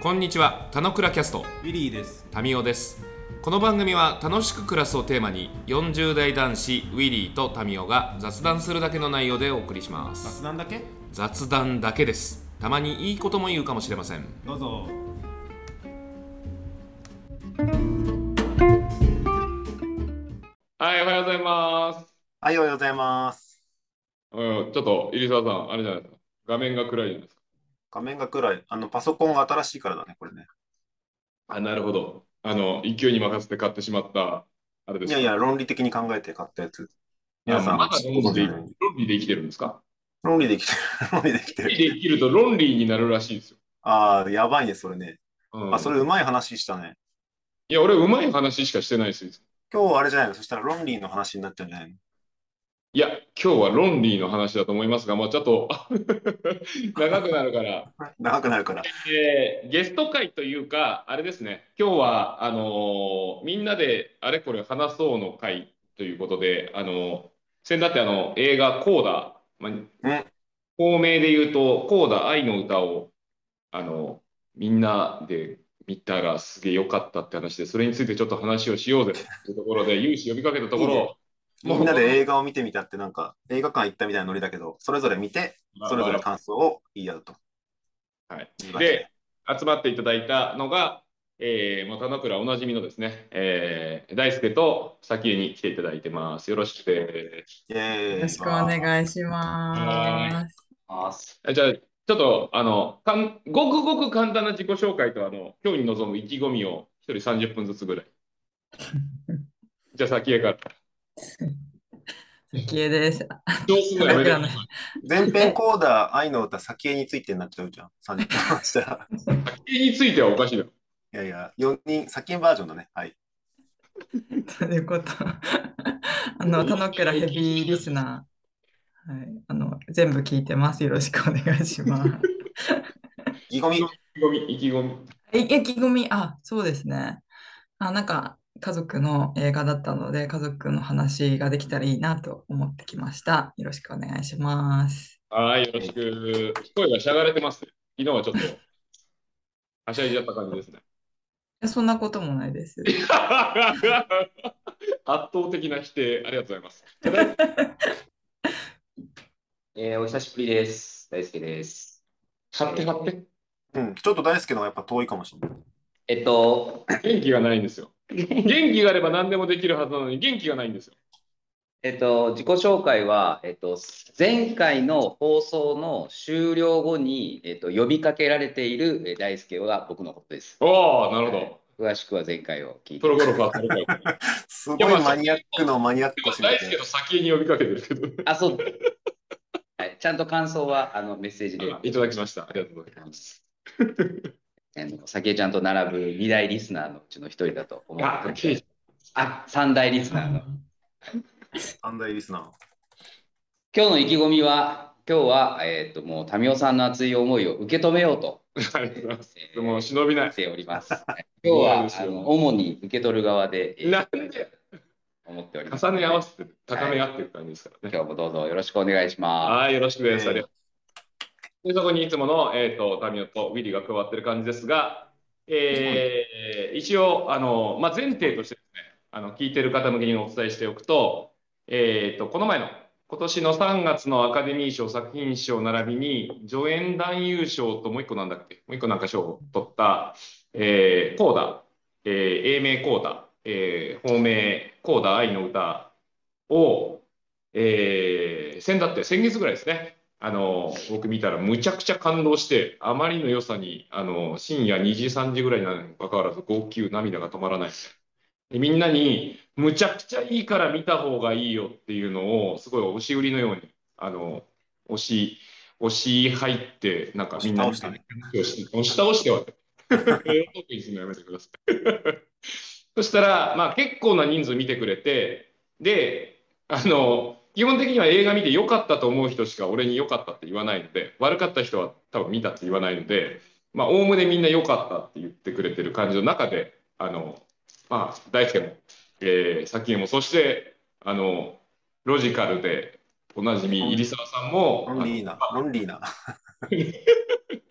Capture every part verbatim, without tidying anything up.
こんにちは、たのくらキャストウィリーです。 タミオです。この番組は楽しく暮らすをテーマによんじゅう代男子ウィリーとタミオが雑談するだけの内容でお送りします。 雑談だけ？ 雑談だけです。たまにいいことも言うかもしれません。 どうぞ。 はい、おはようございます。 はい、おはようございます。 うんちょっと入澤さん、あれじゃないですか。画面が暗いじゃないですか。 画面が暗い。あの、パソコンが新しいからだね、これね。 あ、なるほど。あの、勢いに任せて買ってしまった、あれですか。 いやいや、論理的に考えて買ったやつ。 あ、 皆さん、 まだご論理で、 存知のように。 論理で生きてるんですか？ 論理できてる。論理できてる。 論理で生きると論理になるらしいですよ。 ああ、やばいね、それね。あ、そうん。 れうまい話したね。 いや、俺、うまい話しかしてないですよ。 今日あれじゃないの？そしたら論理の話になっちゃうんじゃないの？ いや、今日は論理の話だと思いますが、まあ、ちょっと長くなるから、 長くなるから。 えーゲスト会というか、あれですね、今日はあのーみんなであれこれ話そうの会ということで、あのー先だってあの映画コーダ、まあ、 うん。 公名で言うと、コーダ愛の歌をあのみんなで見たらすげえ良かったって話で、それについてちょっと話をしようぜというところで、有志呼びかけたといいね。 ころ、もうみんなで映画を見てみたってなんか、映画館行ったみたいなノリだけど、それぞれ見て、それぞれ感想を言い合うと。 はい、 いい感じで、 ね。 集まっていただいたのが、えー、もう田之倉おなじみのですね、えー、大輔と早紀江に来ていただいてます。よろしくです。 イェーイ。 よろしくお願いしはます。 ーい。じゃあ、ちょっと、あの、かんごくごく簡単な自己紹介と、あの、今日に臨む意気込みを一人さんじゅっぷんずつぐらい。じゃあ、早紀江から。 さきえです。 どうすんのやめてください。 前編コーダー愛の歌、先へについてになっちゃうじゃん。さんじゅっぷん話したら。 早紀江についてはおかしいな。 いやいや、よにん、先へバージョンだね。はい。 ということ。あの、田之倉ヘビーリスナー、はい、あの、全部聞いてます。よろしくお願いします。 意気込み。 意気込み、意気込み。 い意気込み、あ、そうですね。あ、なんか、家族の映画だったので、家族の話ができたらいいなと思ってきました。よろしくお願いします。 はい、よろしく。声がしゃがれてますね。昨日はちょっと、はしゃいじゃった感じですね。 いやそんなこともないです。 圧倒的な否定、ありがとうございます。 えーお久しぶりです。大輔です。 貼って貼って。 うん、ちょっと大好きのはやっぱ遠いかもしれない。 えっと、 元気がないんですよ。元気があれば何でもできるはずなのに、元気がないんですよ。 えっと、自己紹介は、えっと、前回の放送の終了後に、えっと、呼びかけられているえー大輔は僕のことです。 おお、なるほど。 詳しくは前回を聞いて。 プロゴルファー、プロゴルファー。 すごいマニアックのマニアックを占め大輔て。 と先に呼びかけてるけど。 あ、そう。はい、ちゃんと感想はあのメッセージで。 いただきました。ありがとうございます。 あのさきえちゃんと並ぶに大リスナーのうちの一人だと思あ、 ってて。あ、さん大リスナーの。 三大リスナー。 今日の意気込みは、今日は、えっと、もう、民生さんの熱い思いを受け止めようと、 ありがとうございます。 えーもう忍びない。 しております。今日は、あの、主に受け取る側で、えーなんで思っております。 重ね合わせて、高め合ってる感じですからね。 今日もどうぞよろしくお願いしまはい、よろしくです。 えーありがとうで、そこにいつもの、えー、とタミオとウィリーが加わってる感じですが、えー一応、あのまあ、前提としてですね、あの聞いてる方向けにお伝えしておくと、えー、とこの前の今年のさんがつのアカデミー賞作品賞並びに助演男優賞ともう一個なんだっけ、もう一個なんか賞を取った、えー、コーダ、えー、英名コーダ、えー、法名コーダ愛の歌を、えー、先だって先月ぐらいですね。あの僕見たらむちゃくちゃ感動して、あまりの良さにあの深夜にじさんじぐらいなのにもかかわらず号泣、涙が止まらないです。でみんなにむちゃくちゃいいから見た方がいいよっていうのをすごい押し売りのようにあの押し押し入って、なんかみんなに押し倒したね押し押し倒しては特にするのやめてください。そしたら、まあ、結構な人数見てくれて、であの基本的には映画見て良かったと思う人しか俺に良かったって言わないので、悪かった人は多分見たって言わないので、まあ、おおむねみんな良かったって言ってくれてる感じの中で、あの、まあ、大輔も、えー、先も、そして、あの、ロジカルでおなじみ、入澤さんも、 ロンリーな、ロンリーな。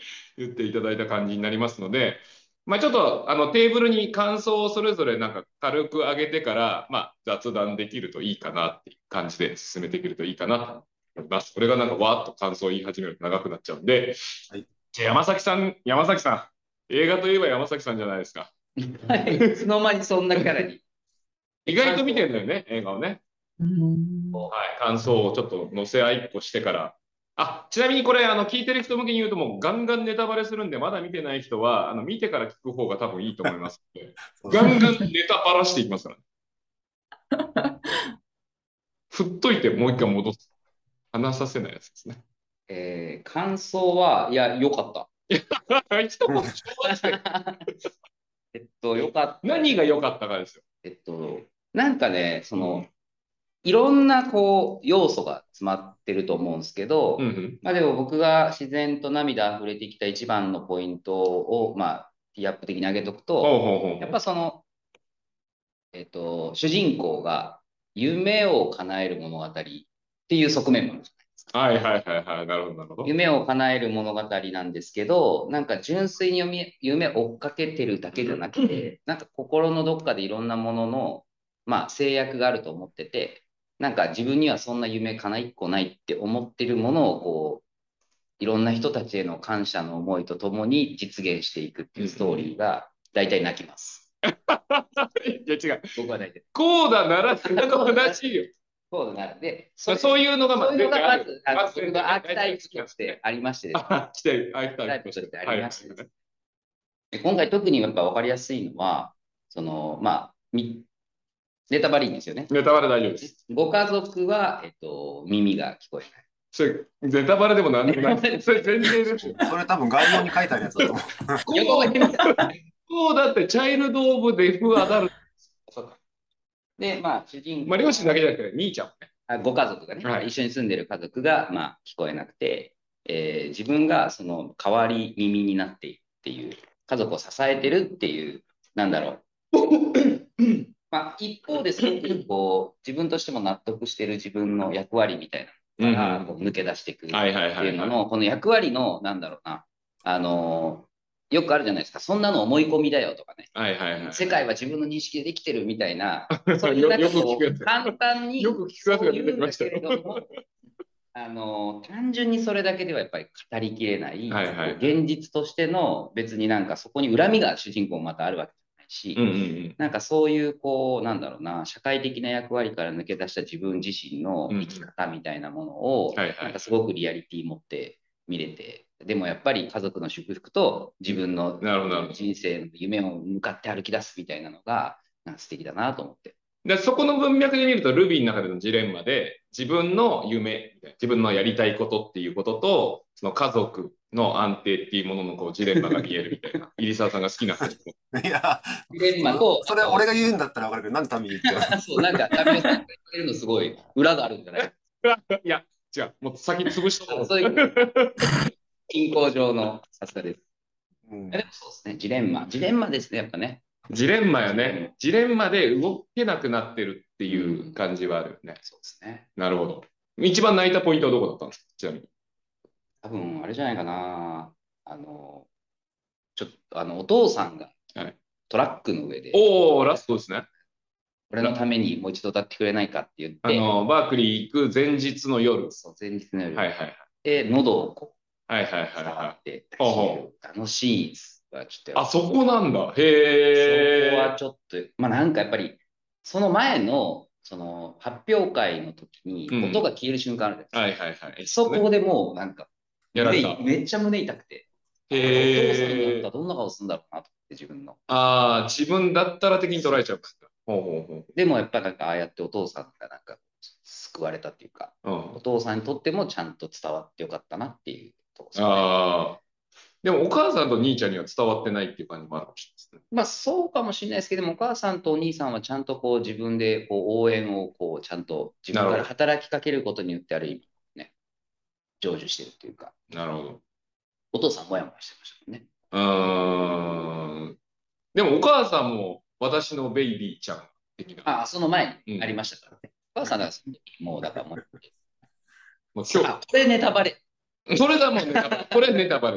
言っていただいた感じになりますので、まあ、ちょっとあのテーブルに感想をそれぞれなんか軽く上げてから、まあ、雑談できるといいかなっていう感じで進めていけるといいかなと思います。これがなんかわーっと感想を言い始めると長くなっちゃうんで、 はい、 じゃあ山崎さん、山崎さん、映画といえば山崎さんじゃないですか。 はい、いつの間にそんなキャラに。 意外と見てるんだよね、映画をね。 うんはい、感想をちょっと載せ合いっこしてから。あ、ちなみにこれ、あの、聞いてる人向けに言うと、もうガンガンネタバレするんで、まだ見てない人は、あの、見てから聞く方が多分いいと思いますので、ガンガンネタバラしていきますからね。振っといてもう一回戻す。話させないやつですね。 えー感想は、いや、良かった。 一言ちょうだいえっと、良かった。 何が良かったかですよ。 えっと、なんかね、その、いろんなこう要素が詰まってると思うんですけど、 うんうんまあでも僕が自然と涙溢れてきた一番のポイントを、まあ、ティーアップ的に挙げとくと、 ほうほうほうほうやっぱその、えっと、主人公が夢を叶える物語っていう側面もあるじゃないですか。 はいはいはいはい。なるほどなるほど。 夢を叶える物語なんですけど、なんか純粋に夢夢追っかけてるだけじゃなくて、なんか心のどっかでいろんなものの、まあ、制約があると思ってて、なんか自分にはそんな夢叶いっこないって思ってるものをこう、いろんな人たちへの感謝の思いとともに実現していくっていうストーリーが大体泣きます。 いや違う。 僕は大体。 こうだならっての話よ。 そうだな。で、 まあそういうのがまあそういうのがまず、あのまず僕のアーキタイプとしてありましてですね、 あ、来てる。あ、来た。 タイプとしてありましてはいで今回特にやっぱ分かりやすいのは、その、まあ、みネタバレいいんですよね。 ネタバレ大丈夫です。 ご家族は、えっと、耳が聞こえない。 それ、ネタバレでもなんでもない。それ前提ですよ。 それ多分概要に書いてあるやつだと思う。 横が変だこうだって、チャイルド・オブ・デフ・アダルト。 で、まあ、主人公、 まあ、両親だけじゃなくて、兄ちゃんもね。 あご家族がね、 はい一緒に住んでる家族が、まあ、聞こえなくて、えー自分がその代わり耳になっているっていう、家族を支えてるっていう、なんだろう。まあ、一方ですごくこう自分としても納得してる自分の役割みたいなのからこう抜け出していくってはいはいはいいうのはい。 のこの役割のなんだろうなあのよくあるじゃないですか、そんなの思い込みだよとかね、 はいはいはい。 世界は自分の認識でできてるみたいな、そういうよなんかこよく聞くやつう簡単によく聞くやつが出てきましたそう言うんだけれどもあの単純にそれだけではやっぱり語りきれない、 はいはいはい現実としての別になんかそこに恨みが主人公もまたあるわけじゃないし、 うんうんうん。 なんかそういうこうなんだろうな社会的な役割から抜け出した自分自身の生き方みたいなものを、 うんはいはいなんかすごくリアリティ持って見れて、でもやっぱり家族の祝福と自分のなるほどなるほど。 人生の夢を向かって歩き出すみたいなのがなんか素敵だなと思って。 で、そこの文脈で見ると、ルビーの中でのジレンマで、自分の夢、自分のやりたいことっていうことと、その家族の安定っていうもののこうジレンマが見えるみたいな、入澤さんが好きな話。 いや、 ジレンマと、 それ俺が言うんだったら分かるけど、なんでタミ言っちゃうそう、なんか、旅をさんが言ってるのすごい裏があるんじゃないいや、違う、もう先潰しとこう。 そういう均衡上のさすがです。 うんでもそうですね、ジレンマ。ジレンマですね、やっぱね。 ジレンマよね。ジレンマで動けなくなってるっていう感じはあるよね。 そうですね。 なるほど。一番泣いたポイントはどこだったんですか、ちなみに。 多分、あれじゃないかな。あの、ちょっと、あの、お父さんがはいトラックの上で、 おお、ラストですね。 俺のためにもう一度歌ってくれないかって言って、 あの、バークリー行く前日の夜。 そう前日の夜、 はいはいはい。 で、喉をこはいはいはう、伝わいはい。 って、 ほうほあのシーンはちょっと、 あ、そこなんだ。 そこへえ。 はちょっと、まあなんかやっぱり、その前の、その発表会の時にうん音が消える瞬間あるじゃないですか。 はいはいはい。 そこでもうなんか、 やられた。 めっちゃ胸痛くて、お父さんだったへえ。 らどんな顔するんだろうなと思って自分の。 ああ、自分だったら的に捉えちゃうんだ。ほうほうほでもやっぱなんかああやってお父さんがなんか救われたっていうか、 う。うんお。父さんにとってもちゃんと伝わってよかったなっていうところですね。 ああ。でもお母さんと兄ちゃんには伝わってないっていう感じもあるかもしれないですね。 まあそうかもしれないですけども、お母さんとお兄さんはちゃんとこう自分でこう応援をこうちゃんと自分から働きかけることによってある意味ね、成就してるっていうか、 なるほど。 お父さんもやもやしてましたもんね。 うーん。でもお母さんも私のベイビーちゃん的な。 ああ、その前うんにありましたからね。お母さんだからその時もうだからもう、 もう今あ、これネタバレ。 日、それがもうネタバレ。これネタバレです。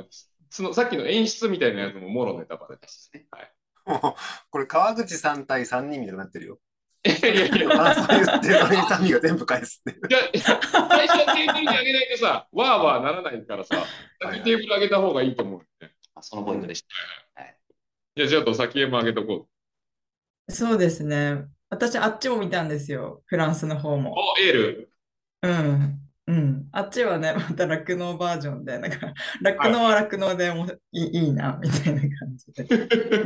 そのさっきの演出みたいなやつももろネタバレですね。はい。 もう、これ川口さん対さんにんみたいになってるよ。 いやいやいや、 感想言って、それにさんにんが全部返すっていう。 いや最初はテーブルに上げないとさ、わーわーならないからさ、先にテーブル上げた方がいいと思う、ね。 あそのポイントでした。はい、 いや、ちょっと先へも上げとこそうですね。私、あっちも見たんですよ。フランスの方う。 も。 お、エール。 うん。うん。あっちはね、また酪農バージョンで、なんか、酪農はは酪農でもいい、いいな、みたいな感じで。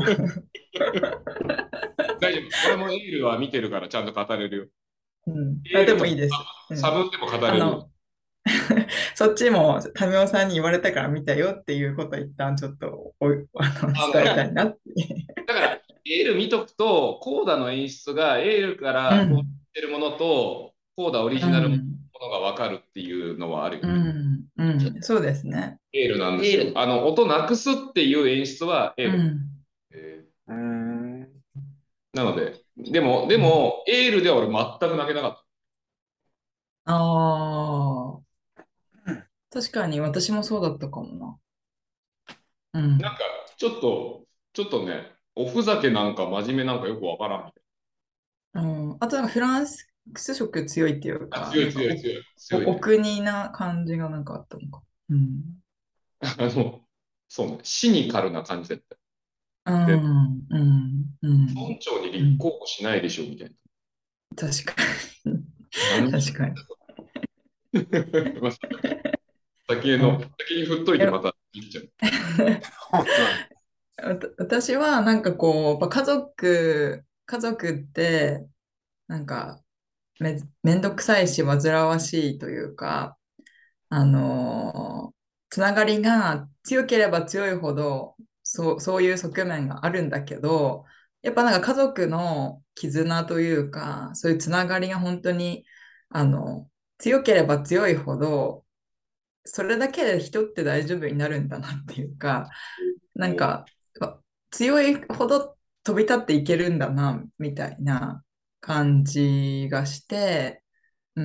大丈夫。俺もエールは見てるからちゃんと語れるよ。 うん。あ、でエールともいいです。うサブん。 ンでも語れるよ。 あの、そっちも民生さんに言われたから見たよっていうことを一旦ちょっとおあのあの、 伝えたいなって。 だから、エール見とくと、コーダの演出がエールからこううん。 してるものと、コーダオリうジナルもん。 のが分かるっていうのはあるようね。 ん。うん。そうですね。 エールなんですよ。 エールあの、音なくすっていう演出はエール。 うん。 えーうーん。 なので、でも、でうん。 も、エールでは俺全く泣けなかっああ、確かに私もそうだったかもな。うた。なんん。 か、ちょっと、ちょっとね、おふざけなんか真面目なんかよくわからんみたいうん。あとなんかフランス色強いっていうな。あ、 か、 強いなんかお、 強い強い。強いお、おね。 国な感じがなんかあったのか。うん。 あの、そうね、シニカルな感じだった。 うで、 ん。うん。うん。 村長にうん。 立候補しないでしょみたい確かに。 な。何確かに。 まあ先への、 うん。 先に振っといてまた生きちゃう。 本当だね。 わた私はなんかこう、やっぱ家族、家族ってなんかめ、めんどくさいし煩わしいというか、あのーつながりが強ければ強いほど、そう、そういう側面があるんだけど、やっぱなんか家族の絆というか、そういうつながりが本当に、あの、強ければ強いほど、それだけで人って大丈夫になるんだなっていうか、なんか、強いほど飛び立っていけるんだな、みたいな感じがして、うん、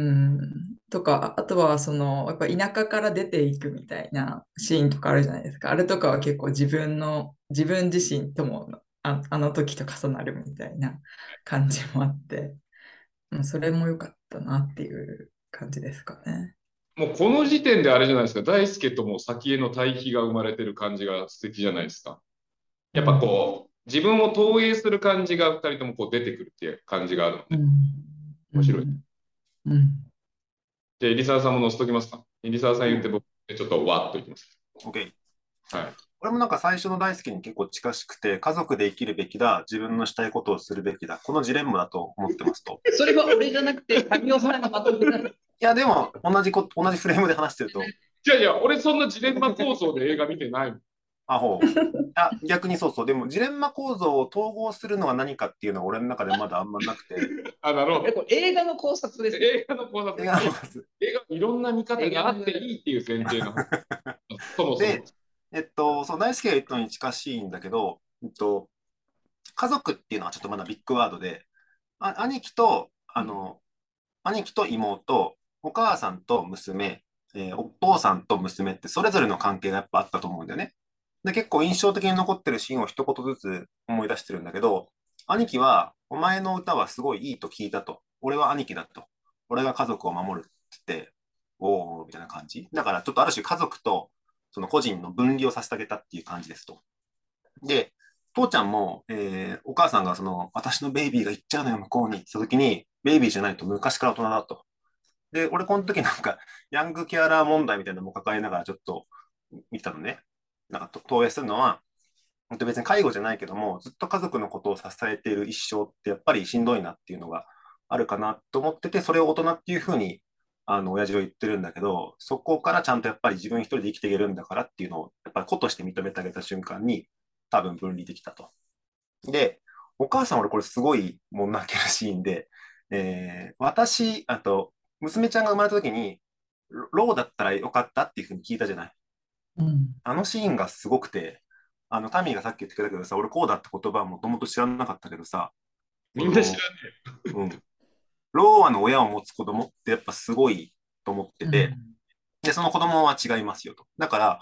とか、あとはその、やっぱ田舎から出ていくみたいなシーンとかあるじゃないですか。あれとかは結構自分の、自分自身ともあ、あの時と重なるみたいな感じもあって、うん、それも良かったなっていう感じですかね。 もうこの時点であれじゃないですか、大輔とも先への対比が生まれてる感じが素敵じゃないですか。やっぱうん、 こう、自分を投影する感じがふたりともこう出てくるっていう感じがあるので、 うん、う面白い。 ん、うん。 で、入澤さんも載せときますか。入澤さんうん。 言って僕、ちょっとわーっといきます。 OK。 はい。 俺もなんか最初の大好きに結構近しくて、家族で生きるべきだ、自分のしたいことをするべきだ、このジレンマだと思ってますと。 それは俺じゃなくて、神尾さんがまとめた。 いや、でも同じこ、同じフレームで話してると、 いやいや、俺そんなジレンマ構造で映画見てないもん。 あほう。あ、逆にそうそう。でも、ジレンマ構造を統合するのは何かっていうのは俺の中でまだあんまなくて。 あ、なるほえ、 ど。 これ映画の考察ですね。 映画の考察映画の構造映画いろんな見方があっていいっていう前提の。そもそも。 で、えっと、そう、大輔が言ったのに近しいんだけど、えっと、家族っていうのはちょっとまだビッグワードで、あ、兄貴と、あの、兄貴と妹、お母さんと娘、えーお父さんと娘ってそれぞれの関係がやっぱあったと思うんだよね。で、結構印象的に残ってるシーンを一言ずつ思い出してるんだけど、兄貴は、お前の歌はすごいいいと聞いたと。俺は兄貴だと。俺が家族を守るって言って、おー、みたいな感じ。だから、ちょっとある種家族と、その個人の分離をさせてあげたっていう感じですと。で、父ちゃんも、えーお母さんがその、私のベイビーが行っちゃうのよ、向こうにって言った時に、ベイビーじゃないと昔から大人だと。で、俺この時なんか、ヤングケアラー問題みたいなのも抱えながらちょっと見てたのね。なんかと投影するのは、本当別に介護じゃないけども、ずっと家族のことを支えている一生ってやっぱりしんどいなっていうのがあるかなと思ってて、それを大人っていうふうに、あの、親父は言ってるんだけど、そこからちゃんとやっぱり自分一人で生きていけるんだからっていうのを、やっぱり子として認めてあげた瞬間に、多分分離できたと。で、お母さん俺これすごいもう泣けるシーンで、えー私、あと、娘ちゃんが生まれた時に、ロローだったらよかったっていうふうに聞いたじゃない。 うん。 あのシーンがすごくて、あの、タミーがさっき言ってくれたけどさ、俺こうだって言葉はもともと知らなかったけどさ、こみんな知らの、 ねうん、ローアの親を持つ子供ってやっぱすごいと思ってて、 うん。 で、その子供は違いますよと。だから、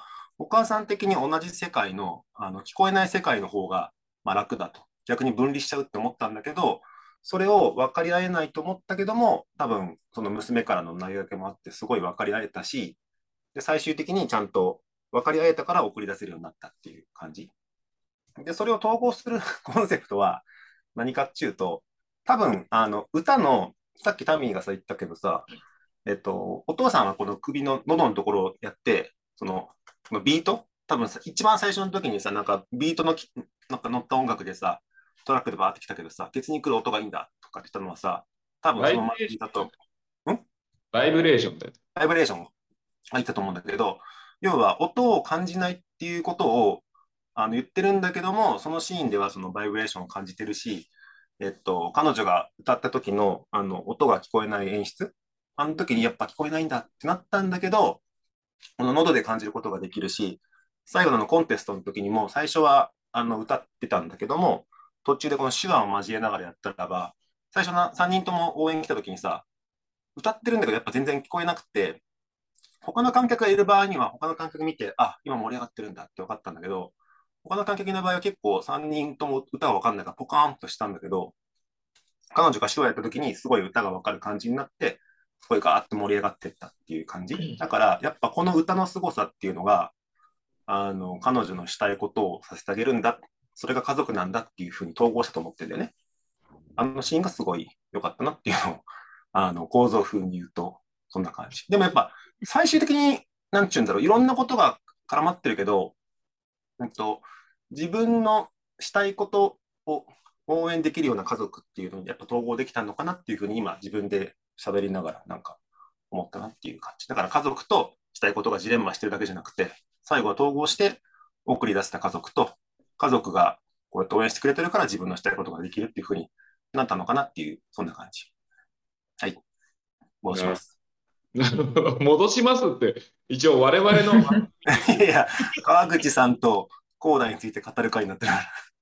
お母さん的に同じ世界の、あの聞こえない世界の方が、まあ、楽だと。逆に分離しちゃうって思ったんだけど、それを分かり合えないと思ったけども、多分その娘からの投げかけもあって、すごい分かり合えたし、で最終的にちゃんと分かり合えたから送り出せるようになったっていう感じ。で、それを統合するコンセプトは何かっていうと、多分あの歌の、さっきタミーがさ言ったけどさ、えっと、お父さんはこの首の喉のところをやって、その、そのビート、多分さ一番最初の時にさ、なんかビートのきなんか乗った音楽でさ、トラックでバーってきたけどさ、ケツに来る音がいいんだとかって言ったのはさ、多分バイそのままブレーション、 聞いたと、んバイブレーションだよ。 バイブレーションが言ったと思うんだけど、要は音を感じないっていうことをあの言ってるんだけども、そのシーンではそのバイブレーションを感じてるし、えっと、彼女が歌った時のあの音が聞こえない演出、あの時にやっぱ聞こえないんだってなったんだけど、この喉で感じることができるし、最後のコンテストの時にも最初はあの歌ってたんだけども、途中でこの手話を交えながらやったらば、最初のさんにんとも応援来た時にさ、歌ってるんだけどやっぱ全然聞こえなくて、他の観客がいる場合には他の観客見て、あ、今盛り上がってるんだって分かったんだけど、他の観客の場合は結構さんにんとも歌が分かんないからポカーンとしたんだけど、彼女が手話やった時にすごい歌が分かる感じになって、すごいガーッと盛り上がっていったっていう感じ。だから、やっぱこの歌の凄さっていうのが、あの、彼女のしたいことをさせてあげるんだ。それが家族なんだっていうふうに統合したと思ってんだよね。あのシーンがすごい良かったなっていうのを、あの、構造風に言うと、そんな感じ。でもやっぱ、最終的に、なんちゅうんだろう、いろんなことが絡まってるけど、うんと、自分のしたいことを応援できるような家族っていうのにやっぱ統合できたのかなっていうふうに今自分で喋りながらなんか思ったなっていう感じ。だから家族としたいことがジレンマしてるだけじゃなくて、最後は統合して送り出した家族と、家族がこうやって応援してくれてるから自分のしたいことができるっていうふうになったのかなっていう、そんな感じ。はい、戻しまなす。 戻しますって、一応我々の、 いや、川口さんとコーダについて語る会になってる。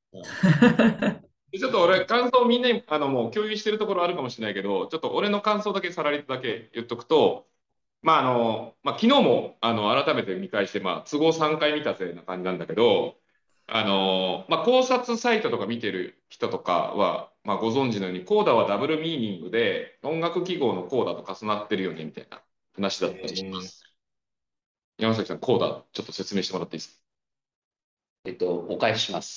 ちょっと俺、感想みんなにあのもう共有してるところあるかもしれないけど、ちょっと俺の感想だけさらりとだけ言っとくと、まああのまあ、昨日もあの改めて見返して、まあ、都合さんかい見たぜな感じなんだけど、あのまあ、考察サイトとか見てる人とかは、まあ、ご存知のように、コーダはダブルミーニングで、音楽記号のコーダと重なってるよねみたいな話だったりしまえす。山崎さん、コーダ、ちょっと説明してもらっていいですか？ えっと、お返しします。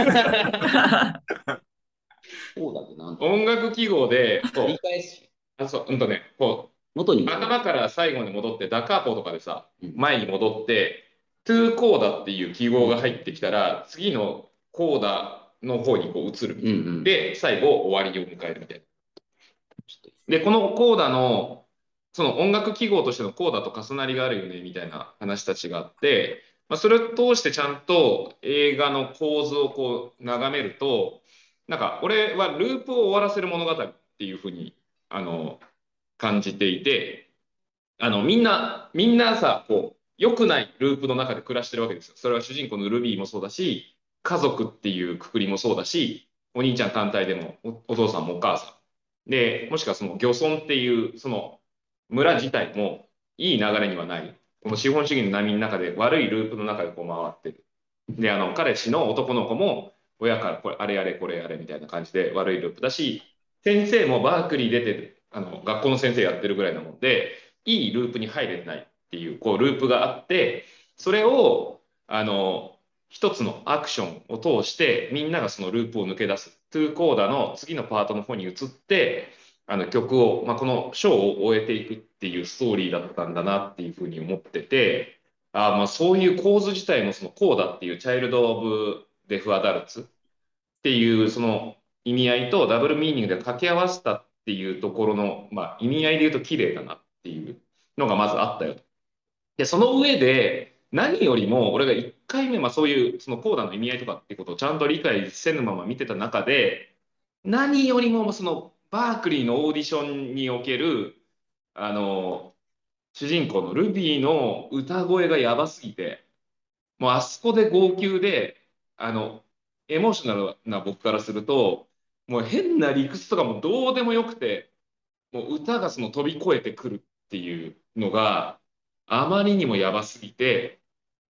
そうだってなんだ。 音楽記号で、こ理う、 解し、 あ、そう、うんとね、こう、 元に戻る。 頭から最後に戻って、ダカーポとかでさ、 うん前に戻って、トゥーコーダっていう記号が入ってきたら、次のコーダの方にこう移るみたいな。 うんうん。 で、最後終わりを迎えるみたいな。 ちょっで、このコーダの、その音楽記号としてのコーダと重なりがあるよねみたいな話たちがあって、まあ、それを通してちゃんと映画の構図をこう眺めると、なんか俺はループを終わらせる物語っていうふうにあの感じていて、あのみんな、みんなさ、こう、良くないループの中で暮らしてるわけですよ。それは主人公のルビーもそうだし、家族っていうくくりもそうだし、お兄ちゃん単体でもお、お父さんもお母さん。で、もしくはその漁村っていう、その村自体もいい流れにはない。この資本主義の波の中で悪いループの中でこう回ってる。で、あの、彼氏の男の子も親からこれ、あれやれこれやれみたいな感じで悪いループだし、先生もバークリー出てる、あの、学校の先生やってるぐらいなもんで、いいループに入れてないっていう、こう、ループがあって、それを、あの、一つのアクションを通して、みんながそのループを抜け出す。トゥーコーダの次のパートの方に移って、あの曲を、まあ、このショーを終えていくっていうストーリーだったんだなっていうふうに思ってて、あまあそういう構図自体もそのコーダっていうチャイルド・オブ・デフ・アダルツっていうその意味合いとダブルミーニングで掛け合わせたっていうところの、まあ、意味合いで言うと綺麗だなっていうのがまずあったよと。で、その上で何よりも俺がいっかいめ、まあ、そういうそのコーダの意味合いとかっていうことをちゃんと理解せぬまま見てた中で、何よりもそのバークリーのオーディションにおけるあの主人公のルビーの歌声がやばすぎて、もうあそこで号泣で、あの、エモーショナルな僕からすると、もう変な理屈とかもどうでもよくて、もう歌がその飛び越えてくるっていうのがあまりにもやばすぎて、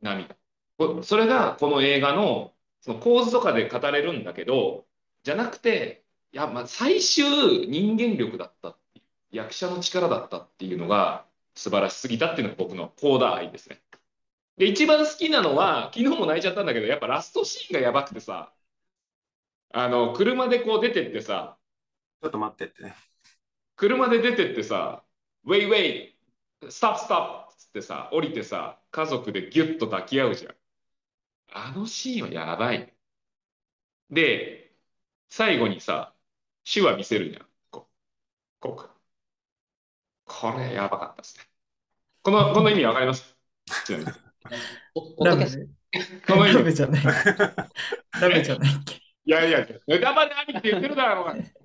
涙。こそれがこの映画のその構図とかで語れるんだけど、じゃなくて、いや、まあ、最終人間力だったっていう、役者の力だったっていうのが素晴らしすぎたっていうのが僕のコーダ愛ですね。で、一番好きなのは、昨日も泣いちゃったんだけど、やっぱラストシーンがやばくてさ、あの、車でこう出てってさ、 ちょっと待ってってね。 車で出てってさ、ウェイウェイ、ストップストップっつってさ、降りてさ、家族でギュッと抱き合うじゃん。あのシーンはやばい。で、最後にさ、手話見せるじゃん。こう、こうこれやばかったですね。この、この意味わかります？ちなみに。 ポッドキャスト。 ラブこの意味。 ラブじゃない。ラブじゃないっけ。 いやいや、ネタバレありって言ってるだろ、お前。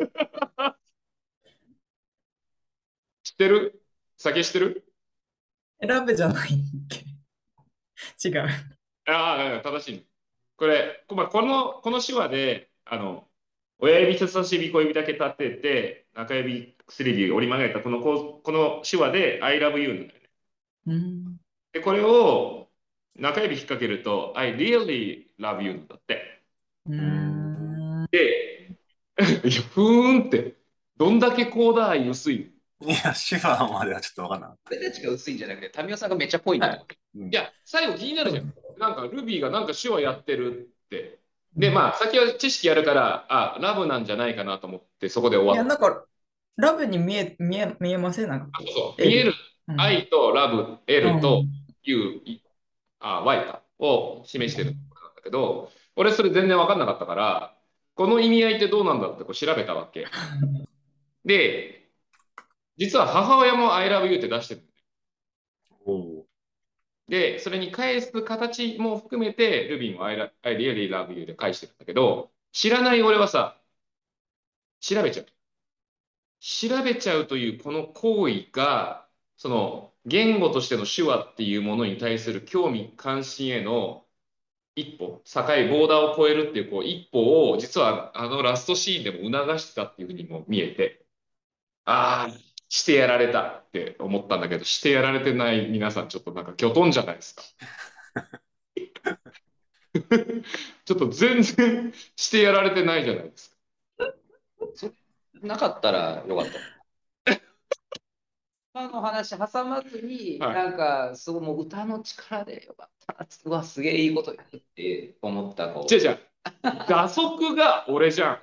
知ってる？酒知ってる？ ラブじゃないっけ。違う。 ああ、正しい。これ、こまあこの、この手話で、あの、親指、人差し指、小指だけ立てて、中指、薬指折り曲げたこの、こうこの手話で I love you なんだよね。 うん。 で、これを中指引っ掛けると I really love you なんだって。 うーん。 で、いや、ふーんって、どんだけコーダ愛薄い？ いや、手話まではちょっとわかんなかっ俺たちが薄いんじゃなくて、タミオさんがめっちゃぽいんだと思って。 た。うんいや、最後気になるじゃん。なんか、ルビーがなんか手話やってるって。で、 うんまあ、先は知識やるから、あ、ラブなんじゃないかなと思って、そこで終いや、 わった。 なんか、ラブに見え、見え、見えませんなんかあ、そうこそう。 う、 見える L。うん。 愛とラブ、 う L とん。 U、いあ、Y か、を示してるんだけど、俺それ全然分かんなかったから、この意味合いってどうなんだってこう調べたわけ。で、実は母親も I love you って出してる。 おお。 で、それに返す形も含めて、ルビーも I, lo- I really love you で返してるんだけど、知らない俺はさ、調べちゃう。調べちゃうというこの行為が、その言語としての手話っていうものに対する興味関心への一歩、境、ボーダーを超えるっていうこう一歩を、実はあのラストシーンでも促してたっていうふうにも見えて、ああ、してやられたって思ったんだけど、してやられてない皆さん、ちょっとなんかきょとんじゃないですか。ちょっと全然してやられてないじゃないですか。 そなかったらよかった。今の話挟まずに、 はいなんか、すごいもう歌の力でよかったな。うわ、すげえいいこと言うって思ったこ違う違う。打足が俺じゃん。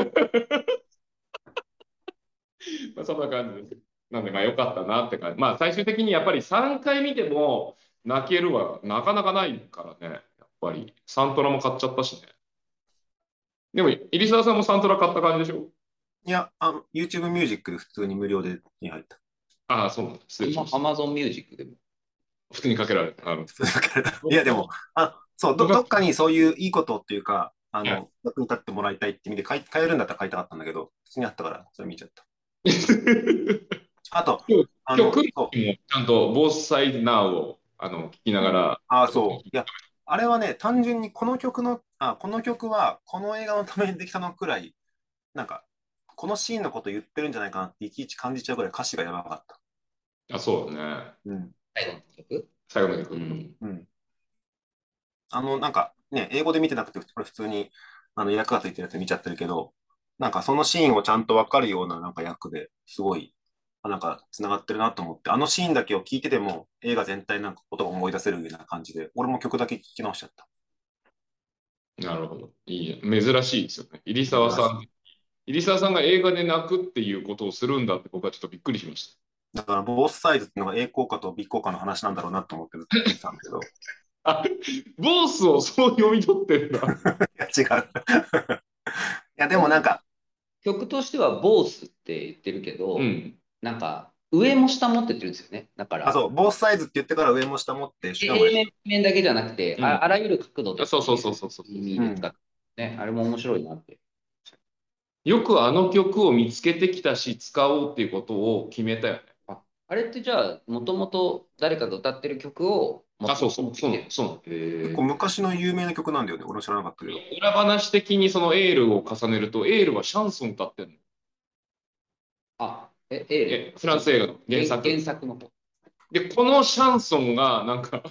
まあそんな感じです。なんで、まあ良かったなって感じ。まあ最終的にやっぱりさんかい見ても泣けるはなかなかないからね。やっぱりサントラも買っちゃったしね。でも、入澤さんもサントラ買った感じでしょ？ いや、あの、YouTube ミュージックで普通に無料でに入った。 ああ、そうなんだ。失礼しました。 アマゾンミュージックでも。 普通にかけられる。あの、 普通に書かれた。いや、でも、あ、そう、ど、どっかにそういういいことっていうか、あはい。 の、役に立ってもらいたいって意味で買い、買えるんだったら買いたかったんだけど、普通にあったから、それ見ちゃった。あと、 今日、 あの、 今日来るそう、 時もちゃんと Both Side Now をあの聞きながら、 あ、そう。いや、あれはね、単純にこの曲の、あ、この曲はこの映画のためにできたのくらい、なんか、このシーンのこと言ってるんじゃないかなっていちいち感じちゃうくらい歌詞がやばかった。 あ、そうだね。 うん。 最後の曲最後の曲。 うん。 うん。あの、なんか、ね、英語で見てなくて、これ普通に、あの、役がついてるやつ見ちゃってるけど、なんかそのシーンをちゃんとわかるようななんか役ですごい、あなんか繋がってるなと思って、あのシーンだけを聞いてても映画全体なんかことが思い出せるような感じで、俺も曲だけ聞き直しちゃった。 なるほど。いいね。珍しいですよね。入珍しい。 澤さん、入澤さんが映画で泣くっていうことをするんだって僕はちょっとびっくりしましだから、ボースサイズっていうのが A 効果と B 効果の話なんだろうなと思ってずっと聞いてたんだけど、いた。あ、ボースをそう読み取ってんだ。 や、違う。いや、でもなんか、 曲としてはボースって言ってるけど、 うん。 なんか上も下もって言ってるんですよね。だかあ、 ら、 そう、ボースサイズって言ってから上も下もって、しかも、 平面面だけじゃなくて、 うん。 あ、あらゆる角度であ、そうそうっていうそうそうそう。 意味うん、 で使って、ね、あれも面白いなって。 よくあの曲を見つけてきたし、使おうっていうことを決めたよね。 あ、あれってじゃあ、もともと誰かが歌ってる曲をもあ、 っとそうそう、そうなの、そうなの。 結構へえ。 昔の有名な曲なんだよね。俺も知らなかったけど。 裏話的にそのエールを重ねると、エールはシャンソン歌ってんの。 あ、え、エール、 え、フランス映画の原原、原作。 作の方。 で、このシャンソンが、なんか、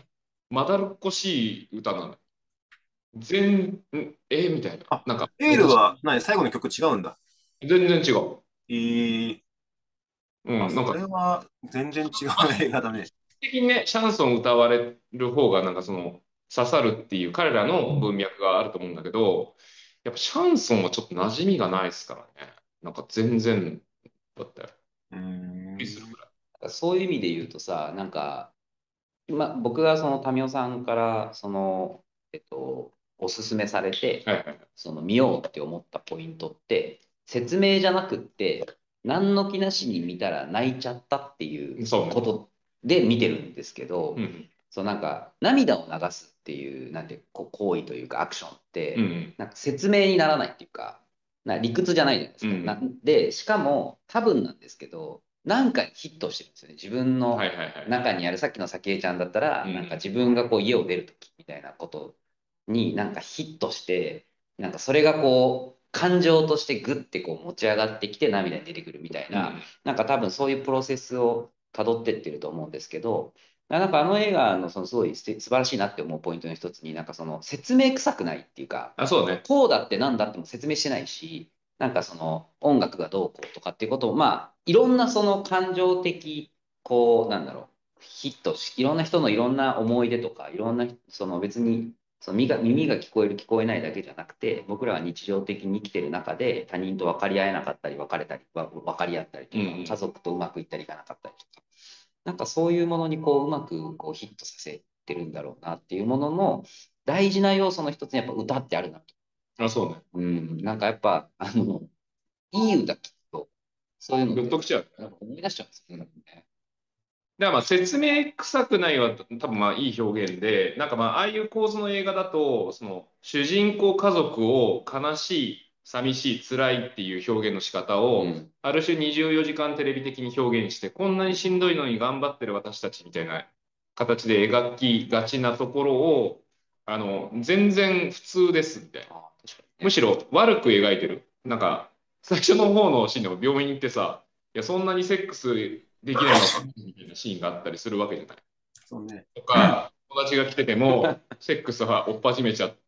まだるっこしい歌なの。全、んえみたいな。 あ、 なんか、 エールは何最後の曲違うんだ。 全然違う。 えー、あ、 うん、なんそか、 れは全然違う映画だね。 的にね、シャンソン歌われる方が、なんかその、刺さるっていう彼らの文脈があると思うんだけど、やっぱシャンソンはちょっと馴染みがないですからね。なんか全然だったよ。 うーびっくりするん。 くらい。 そういう意味で言うとさ、なんか、まあ、僕がその民生さんからその、えっと、おすすめされてはいはい。 その見ようって思ったポイントって説明じゃなくって何の気なしに見たら泣いちゃったっていうそうね。 ことで見てるんですけど、 うん。 そうなんか涙を流すっていうなんてこう行為というかアクションっうんうてん。 なんか説明にならないっていうかな理屈じゃないじゃないですか。なうんでしかも多分なんですけどなんかにヒットしてるんですよね。自分うん。はのいはいはい。 中にあるさっきの早紀江ちゃんだったら、 うん。 なんか自分がこう家を出るときみたいなことになんかヒットして、なんかそれがこう感情としてグッてこう持ち上がってきて涙に出てくるみたいな、 うん。 なんか多分そういうプロセスをたどってってると思うんですけど、なんかあの映画のそのすごい素晴らしいなって思うポイントの一つに、なんかその説明臭くないっていうか、 あ、そうね。 こうだってなんだっても説明してないし、なんかその音楽がどうこうとかっていうことを、まあ、いろんなその感情的、こう、なんだろう、ヒットし、いろんな人のいろんな思い出とか、いろんな、その別に、その耳が耳が聞こえる聞こえないだけじゃなくて、僕らは日常的に生きてる中で他人と分かり合えなかったり、別れたり、わ分かり合ったりとか、 うんうん。 家族とうまくいったりいかなかったりとか、なんかそういうものにこううまくこうヒットさせてるんだろうなっていうものの大事な要素の一つにやっぱ歌ってあるなと。 あ、そうね。 うん、なんかやっぱ、あの、いい歌聞くと、そういうのって、 グッときちゃう。 なんか思い出しちゃうんですよね。 だからまあ説明臭くないは多分まあいい表現で、なんかまあああいう構図の映画だと、その主人公家族を悲しい、寂しい、辛いっていう表現の仕方を、 うん。 ある種にじゅうよじかんテレビ的に表現して、こんなにしんどいのに頑張ってる私たちみたいな形で描きがちなところを、あの、全然普通ですみたいな。 あ確かにね。 むしろ悪く描いてる。なんか、最初の方のシーンでも病院に行ってさ、いや、そんなにセックスできないのかみたいなシーンがあったりするわけじゃない。 そうね。 とか、友達が来てても、セックスは追っ始めちゃって、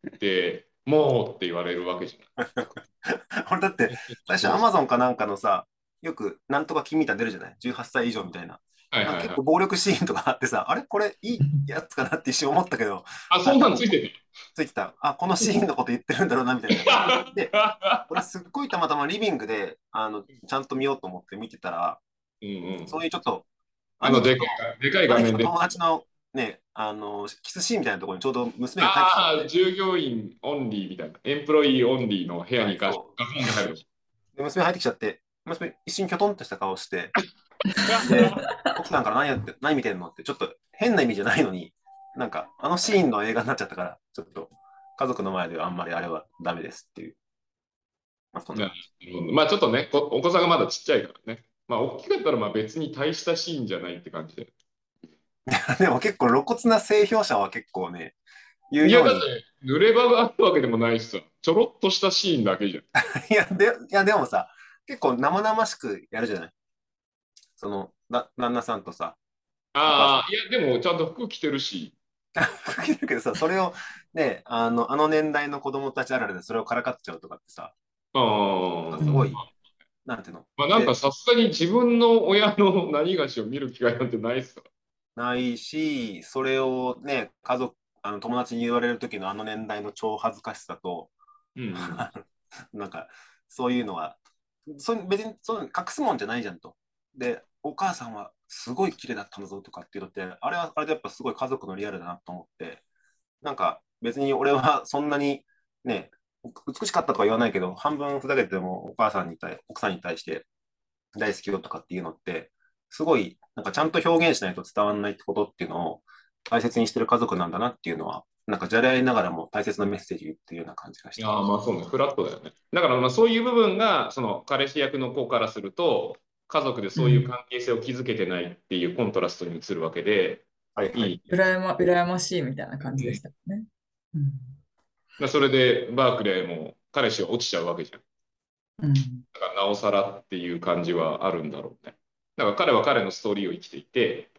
もうって言われるわけじゃない。 俺だって、最初アマゾンかなんかのさ、よくなんとか君みたいなの出るじゃない？ じゅうはっ 歳以上みたいな。なんかはいはいはい。 結構暴力シーンとかあってさ、あれこれいいやつかなって一瞬思ったけど、 あ、そあ、 んな多分んついてついてた。あ、このシーンのこと言ってるんだろうなみたいな。で、 た。 俺すっごいたまたまリビングで、あの、ちゃんと見ようと思って見てたら、 うんうん。 そういうちょっと、 あの、 兄貴と、 でかい、でかい画面で。 兄貴と友達のね、あの、キスシーンみたいなところにちょうど娘が帰ってきちゃっああ、 て、 従業員オンリーみたいな。エンプロイーオンリーの部屋はい、 にガガそコンで入る。 う。で、娘入ってきちゃって、娘一瞬きょとんとした顔して、で、奥さんから何やって、何見てんのって、ちょっと変な意味じゃないのに、なんか、あのシーンの映画になっちゃったから、ちょっと家族の前ではあんまりあれはダメですっていう、まあ、そんなな感じ。 るほどまあちょっとね、こお子さんがまだちっちゃいからね。まあ大きかったらまあ別に大したシーンじゃないって感じで。 でも結構露骨な性描写は結構ね、言ういや、だってように、 濡れ場があるわけでもないしさ、ちょろっとしたシーンだけじゃん。 いや、で、いや、でもさ、結構生々しくやるじゃない？その、だ、旦那さんとさ、お母さん。 ああ、いや、でもちゃんと服着てるし。 だけどさ、それをね、あの、あの年代の子供たちあるあるでそれをからかっちゃうとかってさ、 あなんかすごあ。 い、なんていうの。 まあなんかで、 さすがに自分の親の何がしを見る機会なんてないっすかないし、それをね、家族、あの友達に言われる時のあの年代の超恥ずかしさと、 ら。うんうん。 なんか、そういうのは、そ別にそういうの隠すもんじゃないじゃんと。で、お母さんはすごい綺麗だったんだぞとかっていうのって、あれはあれでやっぱすごい家族のリアルだなと思って、なんか別に俺はそんなにね、美しかったとか言わないけど、半分ふざけてもお母さんに対、奥さんに対して大好きよとかっていうのって、すごい、なんかちゃんと表現しないと伝わらないってことっていうのを大切にしてる家族なんだなっていうのは、なんかじゃれ合いながらも大切なメッセージ言ってるような感じがしいやた。 ーまあそうね、フラットだよね。だからまあそういう部分が、その彼氏役の子からすると、家族でそういううん。 関係性を築けてないっていうコントラストに移るわけで、 はいはい。 いい。 羨ま、羨ましいみたいな感うんじでしたね。うん。 まあそれでバークレーも彼氏が落ちちゃうわけじゃん。 うん。 だからなおさらっていう感じはあるんだろうね。だから彼は彼のストーリーを生きていて、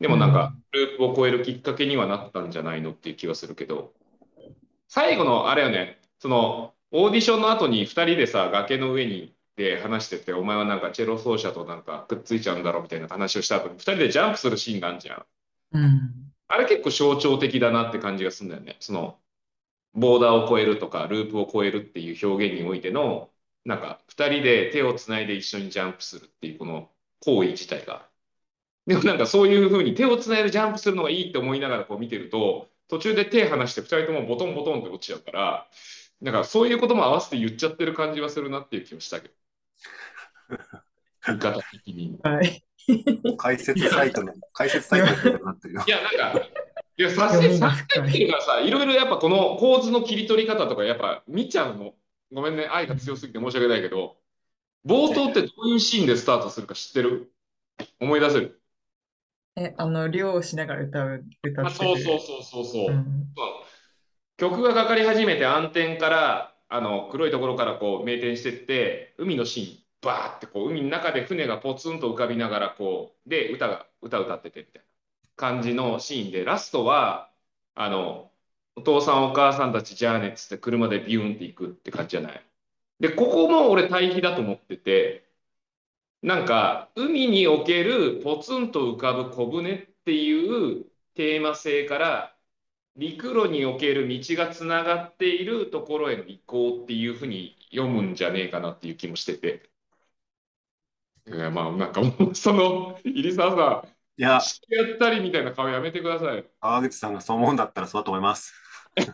でもなんか、ループを超えるきっかけにはなったんじゃないのっていう気がするけど、最後のあれよね、その、オーディションの後にふたりでさ、崖の上にで話してて、お前はなんかチェロ奏者となんかくっついちゃうんだろうみたいな話をした後に、ふたりでジャンプするシーンがあるじゃん。 うん。 あれ結構象徴的だなって感じがするんだよね。その、ボーダーを超えるとか、ループを超えるっていう表現においての、なんか、二人で手をつないで一緒にジャンプするっていうこの行為自体が。でもなんかそういうふうに手をつないでジャンプするのがいいって思いながらこう見てると、途中で手離して二人ともボトンボトンって落ちちゃうから、なんかそういうことも合わせて言っちゃってる感じはするなっていう気もしたけど。言い方的に。 はい。 解説サイトの、解説サイトの人になってるよ。 いや、なんか、いや、さすが読みに、さすが深い。 がにっていうかさ、いろいろやっぱこの構図の切り取り方とかやっぱ見ちゃうの。ごめんね、愛が強すぎて申し訳ないけど、冒頭ってどういうシーンでスタートするか知ってる？思い出せる？ え、あの、漁をしながら歌う、歌あ、 ってそうそうる。 そうそうそう。 うん。 曲がかかり始めて暗転からあの黒いところからこう明転してって海のシーンバーってこう海の中で船がポツンと浮かびながらこうで歌が歌歌っててみたいな感じのシーンでラストはあのお父さんお母さんたちじゃあねっつって車でビューンって行くって感じじゃない。でここも俺対比だと思ってて、なんか海におけるポツンと浮かぶ小舟っていうテーマ性から陸路における道がつながっているところへの移行っていうふうに読むんじゃねえかなっていう気もしてて。いやまあなんかもうその入澤さん、 いや、 してやったりみたいな顔やめてください。 川口さんがそう思うんだったらそうだと思います。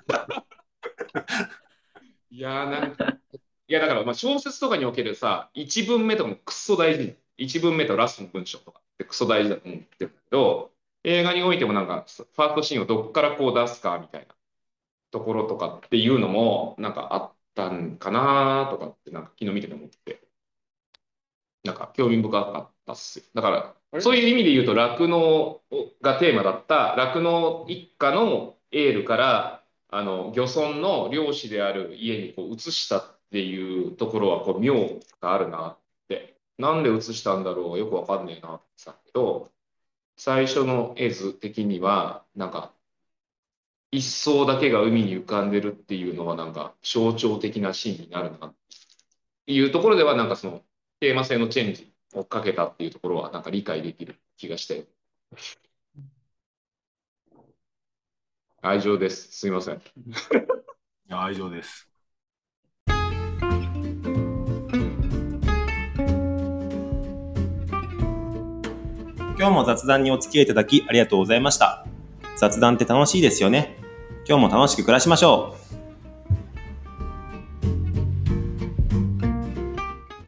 いやーなんか、いやだからまあ小説とかにおけるさ、一文目とかもクソ大事。一文目とラストの文章とかってクソ大事だと思ってるけど、映画においてもなんかファーストシーンをどっからこう出すかみたいなところとかっていうのもなんかあったんかなとかってなんか昨日見てて思って、なんか興味深かったっすよ。だからそういう意味で言うと酪農がテーマだった酪農一家のエールからあの漁村の漁師である家にこう移したっていうところはこう妙があるなって、なんで移したんだろうよくわかんねえなって言ってたけど、最初の絵図的にはなんか一層だけが海に浮かんでるっていうのはなんか象徴的なシーンになるなっていうところではなんかそのテーマ性のチェンジをかけたっていうところはなんか理解できる気がして、愛情です。すいません。 いや、愛情です。 今日も雑談にお付き合いいただきありがとうございました。雑談って楽しいですよね。今日も楽しく暮らしましょう。